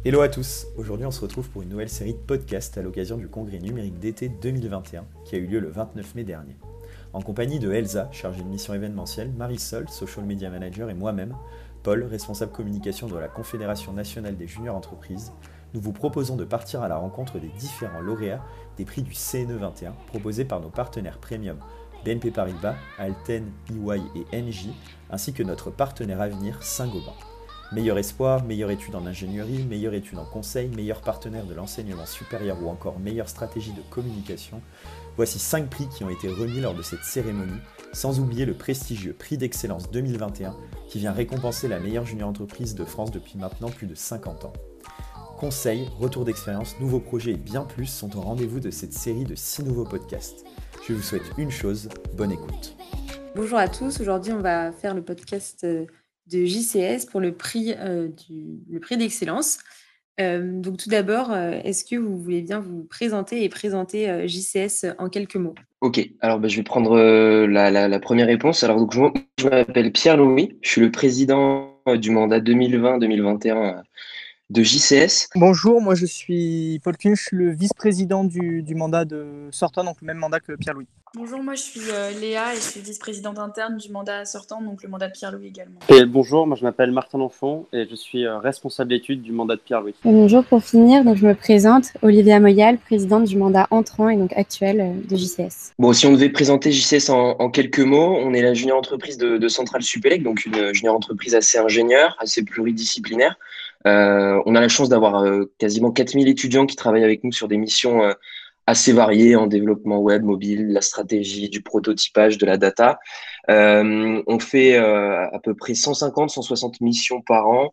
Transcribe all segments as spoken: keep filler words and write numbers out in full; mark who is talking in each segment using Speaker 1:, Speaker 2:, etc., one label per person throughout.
Speaker 1: Hello à tous, aujourd'hui on se retrouve pour une nouvelle série de podcasts à l'occasion du congrès numérique d'été deux mille vingt et un qui a eu lieu le vingt-neuf mai dernier. En compagnie de Elsa, chargée de mission événementielle, Marisol, social media manager et moi-même, Paul, responsable communication de la Confédération nationale des juniors entreprises, nous vous proposons de partir à la rencontre des différents lauréats des prix du C N E vingt et un proposés par nos partenaires premium B N P Paribas, Alten, E Y et N J, ainsi que notre partenaire à venir Saint-Gobain. Meilleur espoir, meilleure étude en ingénierie, meilleure étude en conseil, meilleur partenaire de l'enseignement supérieur ou encore meilleure stratégie de communication, voici cinq prix qui ont été remis lors de cette cérémonie, sans oublier le prestigieux prix d'excellence deux mille vingt et un qui vient récompenser la meilleure junior entreprise de France depuis maintenant plus de cinquante ans. Conseils, retours d'expérience, nouveaux projets et bien plus sont au rendez-vous de cette série de six nouveaux podcasts. Je vous souhaite une chose, bonne écoute.
Speaker 2: Bonjour à tous, aujourd'hui on va faire le podcast de J C S pour le prix, euh, du, le prix d'excellence. Euh, donc tout d'abord, euh, est-ce que vous voulez bien vous présenter et présenter euh, J C S en quelques mots?
Speaker 3: Ok, alors bah, je vais prendre euh, la, la, la première réponse. Alors donc, je, m- je m'appelle Pierre-Louis, je suis le président euh, du mandat deux mille vingt deux mille vingt et un euh, de J C S.
Speaker 4: Bonjour, moi je suis Paul Kuhn, je suis le vice-président du, du mandat de Sorton, donc le même mandat que Pierre-Louis.
Speaker 5: Bonjour, moi je suis euh, Léa et je suis vice-présidente interne du mandat sortant, donc le mandat de Pierre-Louis également.
Speaker 6: Et bonjour, moi je m'appelle Martin L'Enfant et je suis euh, responsable d'études du mandat de Pierre-Louis.
Speaker 7: Et bonjour, pour finir, donc je me présente, Olivia Moyal, présidente du mandat entrant et donc actuel euh, de J C S.
Speaker 3: Bon, si on devait présenter J C S en, en quelques mots, on est la junior entreprise de, de Centrale Supélec, donc une junior entreprise assez ingénieure, assez pluridisciplinaire. Euh, on a la chance d'avoir euh, quasiment quatre mille étudiants qui travaillent avec nous sur des missions euh, assez variées en développement web, mobile, la stratégie, du prototypage, de la data. Euh, on fait euh, à peu près cent cinquante, cent soixante missions par an.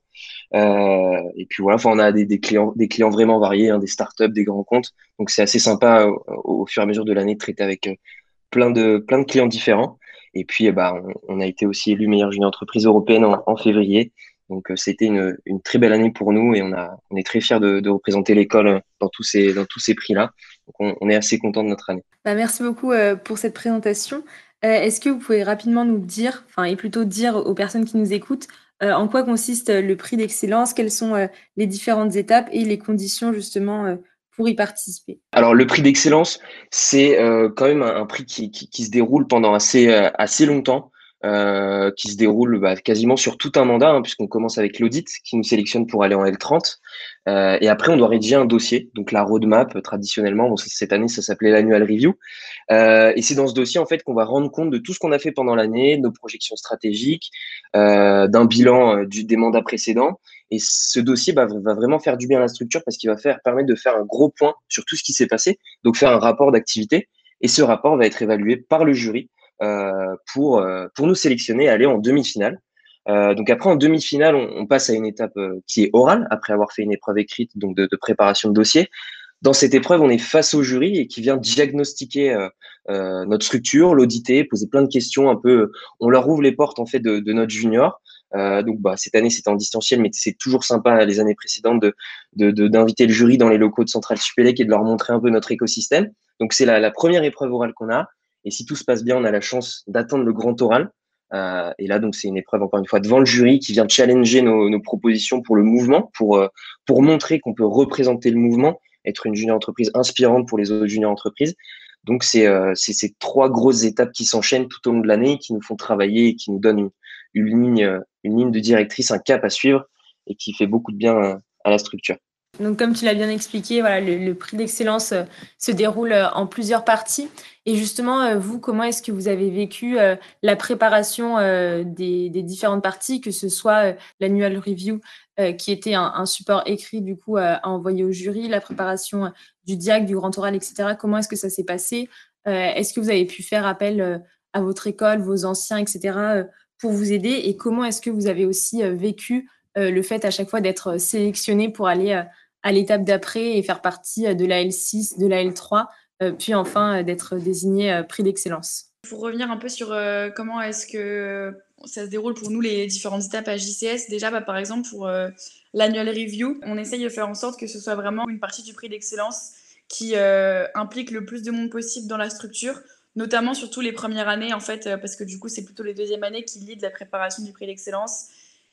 Speaker 3: Euh, et puis voilà, enfin, on a des, des clients, des clients vraiment variés, hein, des startups, des grands comptes. Donc c'est assez sympa au, au fur et à mesure de l'année de traiter avec euh, plein de plein de clients différents. Et puis eh ben, on, on a été aussi élu meilleure junior entreprise européenne en, en février. Donc euh, c'était une, une très belle année pour nous et on a on est très fiers de, de représenter l'école dans tous ces dans tous ces prix-là. Donc on, on est assez content de notre année.
Speaker 2: Bah, merci beaucoup euh, pour cette présentation. Euh, est-ce que vous pouvez rapidement nous dire, enfin et plutôt dire aux personnes qui nous écoutent, euh, en quoi consiste euh, le prix d'excellence, quelles sont euh, les différentes étapes et les conditions justement euh, pour y participer?
Speaker 3: Alors le prix d'excellence, c'est euh, quand même un, un prix qui, qui, qui se déroule pendant assez euh, assez longtemps, euh, qui se déroule bah, quasiment sur tout un mandat, hein, puisqu'on commence avec l'audit qui nous sélectionne pour aller en L trente, euh, et après on doit rédiger un dossier, donc la roadmap traditionnellement. Bon, cette année ça s'appelait l'annual review, euh, et c'est dans ce dossier en fait qu'on va rendre compte de tout ce qu'on a fait pendant l'année, de nos projections stratégiques, euh, d'un bilan euh, du, des mandats précédents. Et ce dossier bah, va vraiment faire du bien à la structure parce qu'il va faire, permettre de faire un gros point sur tout ce qui s'est passé, donc faire un rapport d'activité. Et ce rapport va être évalué par le jury euh, pour, euh, pour nous sélectionner et aller en demi-finale. Euh, donc après, en demi-finale, on, on passe à une étape euh, qui est orale, après avoir fait une épreuve écrite donc de, de préparation de dossier. Dans cette épreuve, on est face au jury et qui vient diagnostiquer euh, euh, notre structure, l'auditer, poser plein de questions un peu. On leur ouvre les portes en fait de, de notre junior. Euh, donc bah, cette année c'était en distanciel, mais c'est toujours sympa les années précédentes de, de, de- d'inviter le jury dans les locaux de Centrale Supélec et de leur montrer un peu notre écosystème. Donc c'est la, la première épreuve orale qu'on a. Et si tout se passe bien, on a la chance d'atteindre le grand oral. Euh, et là donc c'est une épreuve encore une fois devant le jury qui vient challenger nos, nos propositions pour le mouvement, pour euh, pour montrer qu'on peut représenter le mouvement, être une junior entreprise inspirante pour les autres junior entreprises. Donc c'est euh, c'est ces trois grosses étapes qui s'enchaînent tout au long de l'année, qui nous font travailler et qui nous donnent une, une ligne, euh, une ligne de directrice, un cap à suivre et qui fait beaucoup de bien euh, à la structure.
Speaker 2: Donc, comme tu l'as bien expliqué, voilà, le, le prix d'excellence euh, se déroule euh, en plusieurs parties. Et justement, euh, vous, comment est-ce que vous avez vécu euh, la préparation euh, des, des différentes parties, que ce soit euh, l'annual review, euh, qui était un, un support écrit du coup euh, à envoyer au jury, la préparation euh, du diag, du grand oral, et cetera. Comment est-ce que ça s'est passé? Euh, Est-ce que vous avez pu faire appel euh, à votre école, vos anciens, et cetera, euh, pour vous aider? Et comment est-ce que vous avez aussi euh, vécu euh, le fait à chaque fois d'être sélectionné pour aller euh, à l'étape d'après et faire partie de la L six, de la L trois, euh, puis enfin euh, d'être désigné euh, prix d'excellence.
Speaker 5: Pour revenir un peu sur euh, comment est-ce que ça se déroule pour nous les différentes étapes à J C S, déjà bah, par exemple pour euh, l'annual review, on essaye de faire en sorte que ce soit vraiment une partie du prix d'excellence qui euh, implique le plus de monde possible dans la structure, notamment surtout les premières années en fait, euh, parce que du coup c'est plutôt les deuxièmes années qui lead la préparation du prix d'excellence.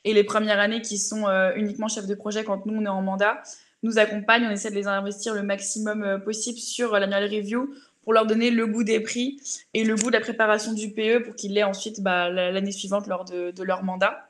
Speaker 5: Et les premières années qui sont euh, uniquement chefs de projet quand nous, on est en mandat, nous accompagnent, on essaie de les investir le maximum euh, possible sur euh, l'annual review pour leur donner le goût des prix et le goût de la préparation du P E pour qu'ils l'aient ensuite bah, l'année suivante lors de, de leur mandat.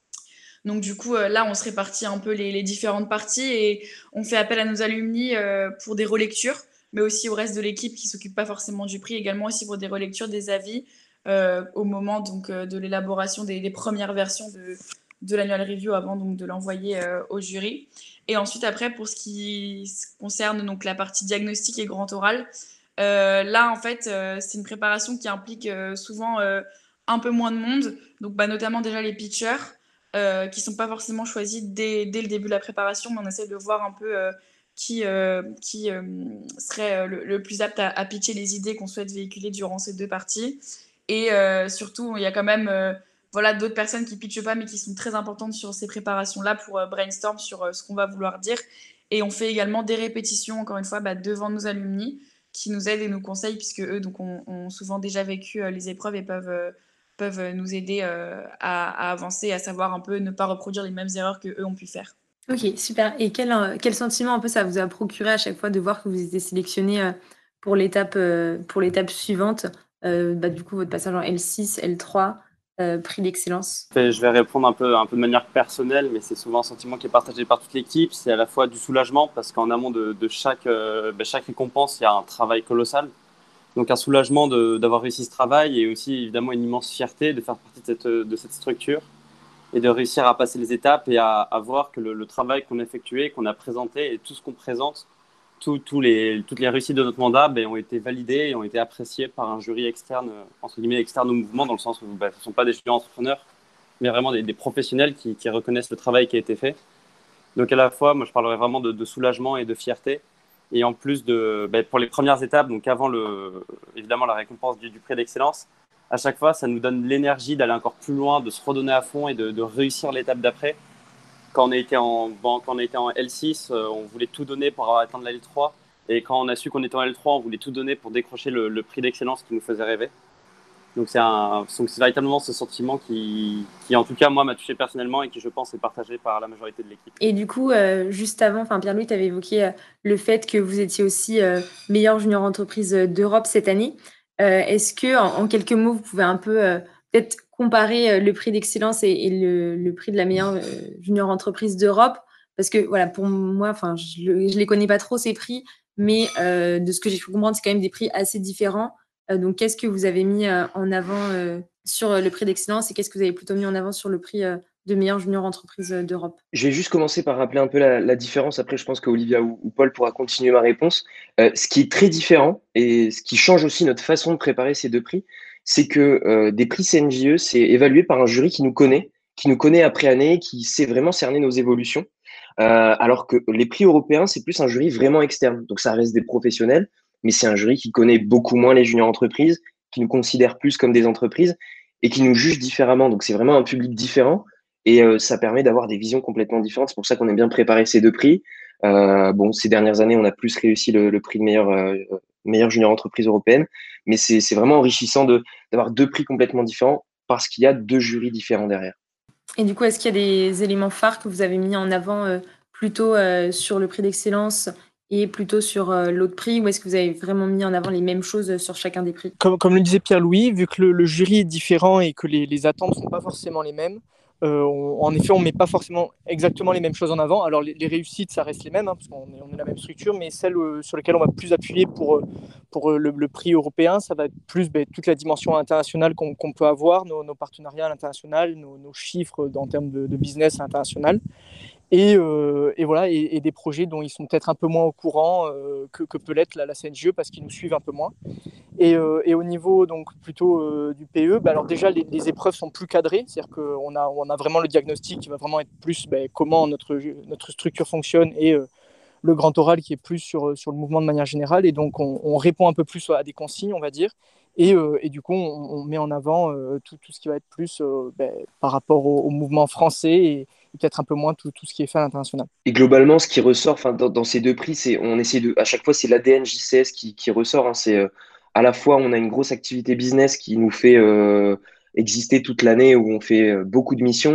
Speaker 5: Donc du coup, euh, là, on se répartit un peu les, les différentes parties et on fait appel à nos alumni euh, pour des relectures, mais aussi au reste de l'équipe qui s'occupe pas forcément du prix, également aussi pour des relectures des avis euh, au moment donc euh, de l'élaboration des, des premières versions de, de l'annual review avant donc de l'envoyer euh, au jury. Et ensuite après pour ce qui concerne donc la partie diagnostic et grand oral, euh, là en fait euh, c'est une préparation qui implique euh, souvent euh, un peu moins de monde, donc bah, notamment déjà les pitchers. Euh, qui sont pas forcément choisis dès, dès le début de la préparation, mais on essaie de voir un peu euh, qui, euh, qui euh, serait le, le plus apte à, à pitcher les idées qu'on souhaite véhiculer durant ces deux parties. Et euh, surtout, il y a quand même euh, voilà, d'autres personnes qui pitchent pas, mais qui sont très importantes sur ces préparations-là pour euh, brainstorm sur euh, ce qu'on va vouloir dire. Et on fait également des répétitions, encore une fois, bah, devant nos alumni, qui nous aident et nous conseillent, puisque eux donc, ont, ont souvent déjà vécu euh, les épreuves et peuvent... Euh, peuvent nous aider euh, à, à avancer, à savoir un peu ne pas reproduire les mêmes erreurs que eux ont pu faire.
Speaker 2: Ok, super. Et quel, euh, quel sentiment un peu ça vous a procuré à chaque fois de voir que vous étiez sélectionné euh, pour l'étape euh, pour l'étape suivante, euh, bah, du coup votre passage en L six, L trois, euh, prix d'excellence?
Speaker 6: Je vais répondre un peu, un peu de manière personnelle, mais c'est souvent un sentiment qui est partagé par toute l'équipe. C'est à la fois du soulagement, parce qu'en amont de, de chaque, euh, bah, chaque récompense, il y a un travail colossal. Donc un soulagement de, d'avoir réussi ce travail et aussi évidemment une immense fierté de faire partie de cette, de cette structure et de réussir à passer les étapes et à, à voir que le, le travail qu'on a effectué, qu'on a présenté et tout ce qu'on présente, tout, tout les, toutes les réussites de notre mandat ben, ont été validées et ont été appréciées par un jury externe, entre guillemets externe au mouvement, dans le sens où ben, ce ne sont pas des juniors entrepreneurs, mais vraiment des, des professionnels qui, qui reconnaissent le travail qui a été fait. Donc à la fois, moi je parlerai vraiment de, de soulagement et de fierté. Et en plus, de, ben, pour les premières étapes, donc avant le, évidemment la récompense du, du prix d'excellence, à chaque fois, ça nous donne l'énergie d'aller encore plus loin, de se redonner à fond et de, de réussir l'étape d'après. Quand on a été en, bon, quand on a été en L six, euh, on voulait tout donner pour atteindre la L trois. Et quand on a su qu'on était en L trois, on voulait tout donner pour décrocher le, le prix d'excellence qui nous faisait rêver. Donc c'est, un, donc c'est véritablement ce sentiment qui, qui, en tout cas, moi, m'a touché personnellement et qui, je pense, est partagé par la majorité de l'équipe.
Speaker 2: Et du coup, euh, juste avant, enfin Pierre-Louis, tu avais évoqué euh, le fait que vous étiez aussi euh, meilleure junior entreprise d'Europe cette année. Euh, est-ce que, en, en quelques mots, vous pouvez un peu euh, peut-être comparer euh, le prix d'excellence et, et le, le prix de la meilleure euh, junior entreprise d'Europe? Parce que voilà, pour moi, enfin, je, le, je les connais pas trop ces prix, mais euh, de ce que j'ai pu comprendre, c'est quand même des prix assez différents. Euh, donc, qu'est-ce que vous avez mis euh, en avant euh, sur le prix d'excellence et qu'est-ce que vous avez plutôt mis en avant sur le prix euh, de meilleure junior entreprise d'Europe?
Speaker 3: Je vais juste commencer par rappeler un peu la, la différence. Après, je pense qu'Olivia ou, ou Paul pourra continuer ma réponse. Euh, ce qui est très différent et ce qui change aussi notre façon de préparer ces deux prix, c'est que euh, des prix C N J E, c'est évalué par un jury qui nous connaît, qui nous connaît après année, qui sait vraiment cerner nos évolutions. Euh, alors que les prix européens, c'est plus un jury vraiment externe. Donc, ça reste des professionnels, mais c'est un jury qui connaît beaucoup moins les juniors entreprises, qui nous considère plus comme des entreprises et qui nous juge différemment. Donc, c'est vraiment un public différent. Et euh, ça permet d'avoir des visions complètement différentes. C'est pour ça qu'on aime bien préparer ces deux prix. Euh, bon, ces dernières années, on a plus réussi le, le prix de meilleure, euh, meilleure junior entreprise européenne, mais c'est, c'est vraiment enrichissant de, d'avoir deux prix complètement différents parce qu'il y a deux jurys différents derrière.
Speaker 2: Et du coup, est-ce qu'il y a des éléments phares que vous avez mis en avant euh, plutôt euh, sur le prix d'excellence et plutôt sur euh, l'autre prix, ou est-ce que vous avez vraiment mis en avant les mêmes choses sur chacun des prix?
Speaker 4: Comme, comme le disait Pierre-Louis, vu que le, le jury est différent et que les, les attentes ne sont pas forcément les mêmes, Euh, on, en effet, on ne met pas forcément exactement les mêmes choses en avant. Alors, les, les réussites, ça reste les mêmes, hein, parce qu'on est, on est la même structure, mais celles euh, sur lesquelles on va plus appuyer pour, euh, pour euh, le, le prix européen, ça va être plus ben, toute la dimension internationale qu'on, qu'on peut avoir, nos, nos partenariats à l'international, nos, nos chiffres en termes de, de business à l'international. Et, euh, et voilà, et, et des projets dont ils sont peut-être un peu moins au courant euh, que, que peut l'être la, la C N J E parce qu'ils nous suivent un peu moins. Et, euh, et au niveau donc plutôt euh, du P E, bah alors déjà les, les épreuves sont plus cadrées, c'est-à-dire qu'on a, on a vraiment le diagnostic qui va vraiment être plus bah, comment notre, notre structure fonctionne et euh, le grand oral qui est plus sur, sur le mouvement de manière générale. Et donc on, on répond un peu plus à des consignes, on va dire. Et, euh, et du coup, on, on met en avant euh, tout, tout ce qui va être plus euh, bah, par rapport au, au mouvement français et, et peut-être un peu moins tout, tout ce qui est fait à l'international.
Speaker 3: Et globalement, ce qui ressort dans, dans ces deux prix, c'est on essaie de, à chaque fois, c'est l'A D N J C S qui, qui ressort. Hein, c'est euh, à la fois, on a une grosse activité business qui nous fait euh, exister toute l'année où on fait euh, beaucoup de missions,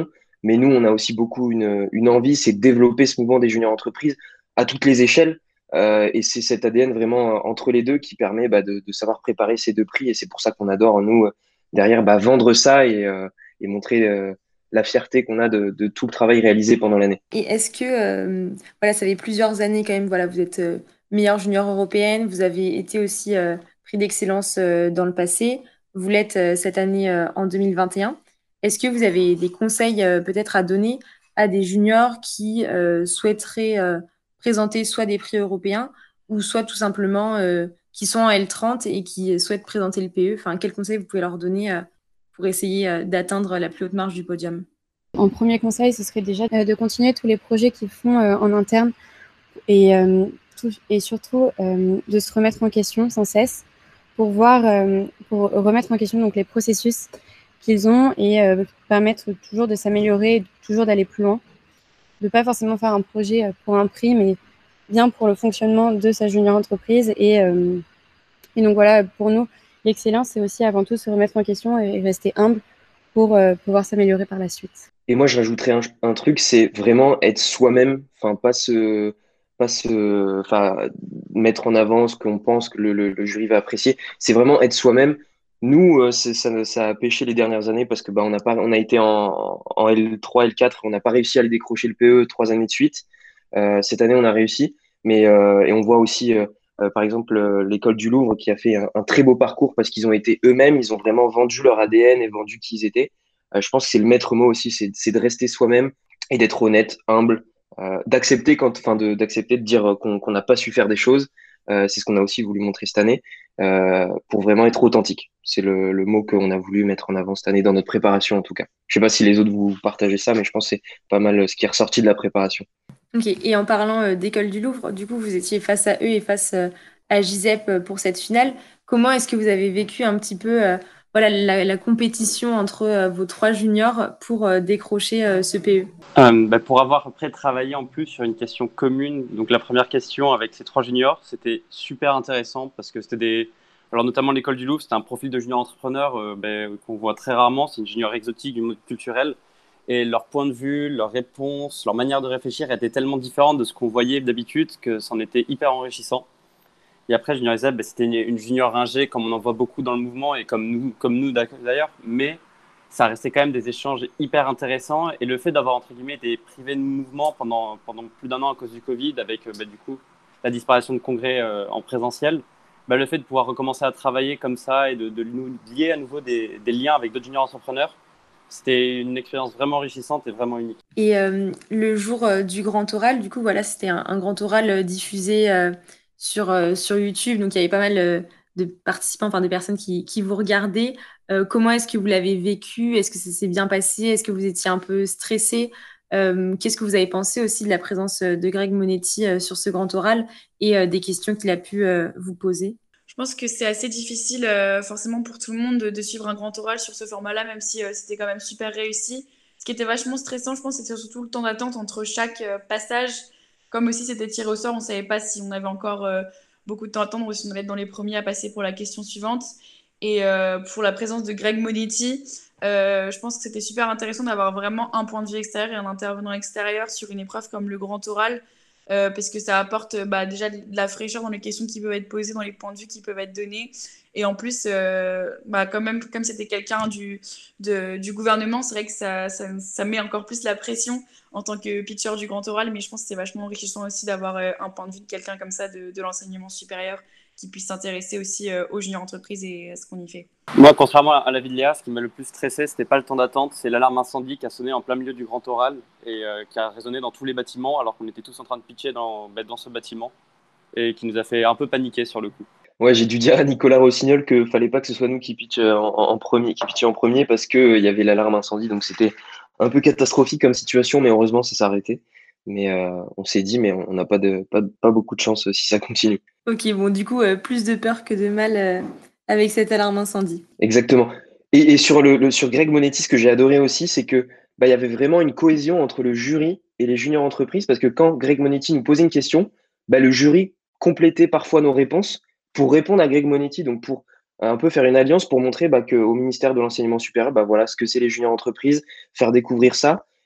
Speaker 3: Mais nous, on a aussi beaucoup une, une envie, c'est de développer ce mouvement des juniors entreprises à toutes les échelles. Euh, et c'est cet A D N vraiment euh, entre les deux qui permet bah, de, de savoir préparer ces deux prix. Et c'est pour ça qu'on adore, nous, euh, derrière, bah, vendre ça et, euh, et montrer euh, la fierté qu'on a de, de tout le travail réalisé pendant l'année.
Speaker 2: Et est-ce que, euh, voilà, ça fait plusieurs années quand même, voilà, vous êtes euh, meilleure junior européenne, vous avez été aussi euh, prix d'excellence euh, dans le passé, vous l'êtes euh, cette année euh, en deux mille vingt et un. Est-ce que vous avez des conseils euh, peut-être à donner à des juniors qui euh, souhaiteraient euh, présenter soit des prix européens ou soit tout simplement euh, qui sont en L trente et qui souhaitent présenter le P E? Enfin, quels conseils vous pouvez leur donner euh, pour essayer euh, d'atteindre la plus haute marge du podium?
Speaker 7: En premier conseil, ce serait déjà euh, de continuer tous les projets qu'ils font euh, en interne et, euh, tout, et surtout euh, de se remettre en question sans cesse pour voir, euh, pour remettre en question donc les processus qu'ils ont et euh, permettre toujours de s'améliorer, toujours d'aller plus loin, de pas forcément faire un projet pour un prix, mais bien pour le fonctionnement de sa junior entreprise. Et, euh, et donc voilà, pour nous, l'excellence, c'est aussi avant tout se remettre en question et rester humble pour euh, pouvoir s'améliorer par la suite.
Speaker 3: Et moi, je rajouterais un, un truc, c'est vraiment être soi-même, enfin, pas se, pas se, enfin, mettre en avant ce qu'on pense que le, le, le jury va apprécier. C'est vraiment être soi-même. Nous, euh, c'est- ça, ça a pêché les dernières années parce que bah, on a pas, on a été en, en L trois, L quatre, on n'a pas réussi à aller décrocher le P E trois années de suite. Euh, cette année, on a réussi, mais euh, et on voit aussi, euh, euh, par exemple, euh, l'école du Louvre qui a fait un, un très beau parcours parce qu'ils ont été eux-mêmes, ils ont vraiment vendu leur A D N et vendu qui ils étaient. Euh, je pense que c'est le maître mot aussi, c'est c'est de rester soi-même et d'être honnête, humble, euh, d'accepter quand, enfin de d'accepter de dire qu'on qu'on n'a pas su faire des choses. Euh, c'est ce qu'on a aussi voulu montrer cette année euh, pour vraiment être authentique. C'est le, le mot qu'on a voulu mettre en avant cette année dans notre préparation en tout cas. Je sais pas si les autres vous partagez ça, mais je pense que c'est pas mal ce qui est ressorti de la préparation.
Speaker 2: Ok, et en parlant euh, d'école du Louvre, du coup, vous étiez face à eux et face euh, à Gisep euh, pour cette finale. Comment est-ce que vous avez vécu un petit peu euh, voilà, la, la compétition entre euh, vos trois juniors pour euh, décrocher euh, ce P E?
Speaker 6: Euh, bah, pour avoir après travaillé en plus sur une question commune, donc la première question avec ces trois juniors, c'était super intéressant parce que c'était des. Alors, notamment l'école du Louvre, c'était un profil de junior entrepreneur euh, bah, qu'on voit très rarement. C'est une junior exotique du monde culturel. Et leur point de vue, leurs réponses, leur manière de réfléchir était tellement différente de ce qu'on voyait d'habitude que c'en était hyper enrichissant. Et après, Junior Isab, bah, c'était une, une junior ringée comme on en voit beaucoup dans le mouvement et comme nous, comme nous d'ailleurs. Mais ça restait quand même des échanges hyper intéressants. Et le fait d'avoir, entre guillemets, été privé de mouvement pendant, pendant plus d'un an à cause du Covid, avec euh, bah, du coup la disparition de congrès euh, en présentiel, bah, le fait de pouvoir recommencer à travailler comme ça et de, de nous lier à nouveau des, des liens avec d'autres juniors entrepreneurs, c'était une expérience vraiment enrichissante et vraiment unique.
Speaker 2: Et euh, le jour euh, du grand oral, du coup, voilà, c'était un, un grand oral euh, diffusé euh, sur, euh, sur YouTube. Donc, il y avait pas mal euh, de participants, enfin, de personnes qui, qui vous regardaient. Euh, comment est-ce que vous l'avez vécu? Est-ce que ça s'est bien passé? Est-ce que vous étiez un peu stressé? Euh, qu'est-ce que vous avez pensé aussi de la présence euh, de Greg Monetti euh, sur ce grand oral et euh, des questions qu'il a pu euh, vous poser?
Speaker 5: Je pense que c'est assez difficile euh, forcément pour tout le monde de, de suivre un grand oral sur ce format-là, même si euh, c'était quand même super réussi. Ce qui était vachement stressant, je pense, c'était surtout le temps d'attente entre chaque euh, passage. Comme aussi c'était tiré au sort, on ne savait pas si on avait encore euh, beaucoup de temps à attendre ou si on allait être dans les premiers à passer pour la question suivante. Et euh, pour la présence de Greg Monetti, euh, je pense que c'était super intéressant d'avoir vraiment un point de vue extérieur et un intervenant extérieur sur une épreuve comme le grand oral euh, parce que ça apporte bah, déjà de la fraîcheur dans les questions qui peuvent être posées, dans les points de vue qui peuvent être donnés. Et en plus, euh, bah, quand même, comme c'était quelqu'un du, de, du gouvernement, c'est vrai que ça, ça, ça met encore plus la pression en tant que pitcher du grand oral, mais je pense que c'est vachement enrichissant aussi d'avoir euh, un point de vue de quelqu'un comme ça de, de l'enseignement supérieur qui puisse s'intéresser aussi euh, aux juniors entreprises et à ce qu'on y fait.
Speaker 6: Moi, contrairement à la vie de Léa, ce qui m'a le plus stressé, c'était pas le temps d'attente, c'est l'alarme incendie qui a sonné en plein milieu du grand oral et euh, qui a résonné dans tous les bâtiments alors qu'on était tous en train de pitcher dans, bah, dans ce bâtiment et qui nous a fait un peu paniquer sur le coup.
Speaker 3: Ouais, j'ai dû dire à Nicolas Rossignol que fallait pas que ce soit nous qui pitch en, en premier, qui pitchions en premier parce que euh, il y avait l'alarme incendie, donc c'était un peu catastrophique comme situation, mais heureusement ça s'est arrêté. Mais euh, on s'est dit, mais on n'a pas de pas, pas beaucoup de chance euh, si ça continue.
Speaker 2: Ok, bon, du coup, euh, plus de peur que de mal euh, avec cette alarme incendie.
Speaker 3: Exactement. Et, et sur le, le- sur Greg Monetti, ce que j'ai adoré aussi, c'est que bah, il y avait vraiment une cohésion entre le jury et les juniors entreprises, parce que quand Greg Monetti nous posait une question, bah, le jury complétait parfois nos réponses pour répondre à Greg Monetti, donc pour euh, un peu faire une alliance pour montrer bah, qu'au ministère de l'enseignement supérieur, bah, voilà ce que c'est les juniors entreprises, faire découvrir ça.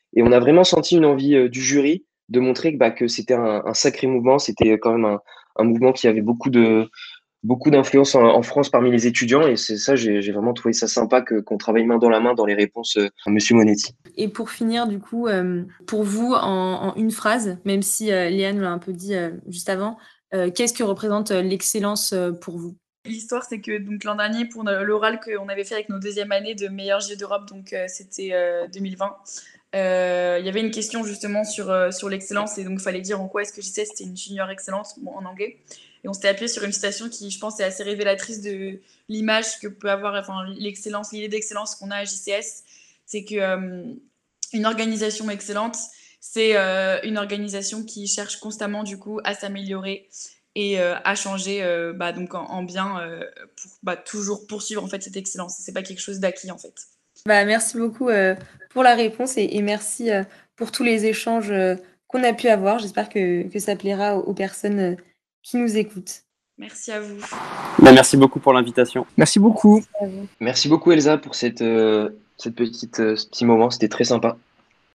Speaker 3: Et on a vraiment senti une envie euh, du jury de montrer que, bah, que c'était un, un sacré mouvement, c'était quand même un, un mouvement qui avait beaucoup de beaucoup d'influence en, en France parmi les étudiants. Et c'est ça, j'ai j'ai vraiment trouvé ça sympa que, qu'on travaille main dans la main dans les réponses euh, à Monsieur Monetti.
Speaker 2: Et pour finir, du coup, euh, pour vous, en, en une phrase, même si euh, Léane l'a un peu dit euh, juste avant, euh, qu'est-ce que représente euh, l'excellence euh, pour vous?
Speaker 5: L'histoire, c'est que donc l'an dernier, pour l'oral qu'on avait fait avec nos deuxième années de meilleurs J O d'Europe, donc euh, c'était euh, deux mille vingt, euh, il y avait une question justement sur, euh, sur l'excellence, et donc il fallait dire en quoi est-ce que J C S c'était une junior excellente, bon, en anglais. Et on s'était appuyé sur une citation qui, je pense, est assez révélatrice de l'image que peut avoir, enfin, l'excellence, l'idée d'excellence qu'on a à J C S. C'est que euh, une organisation excellente, c'est euh, une organisation qui cherche constamment, du coup, à s'améliorer et euh, à changer euh, bah, donc en, en bien euh, pour bah, toujours poursuivre en fait cette excellence. C'est pas quelque chose d'acquis en fait.
Speaker 2: Bah, merci beaucoup euh, pour la réponse et, et merci euh, pour tous les échanges euh, qu'on a pu avoir. J'espère que, que ça plaira aux, aux personnes euh, qui nous écoutent.
Speaker 5: Merci à vous.
Speaker 6: Ben, merci beaucoup pour l'invitation.
Speaker 4: Merci beaucoup.
Speaker 3: Merci beaucoup Elsa pour cette, euh, cette petite, euh, ce petit moment, c'était très sympa.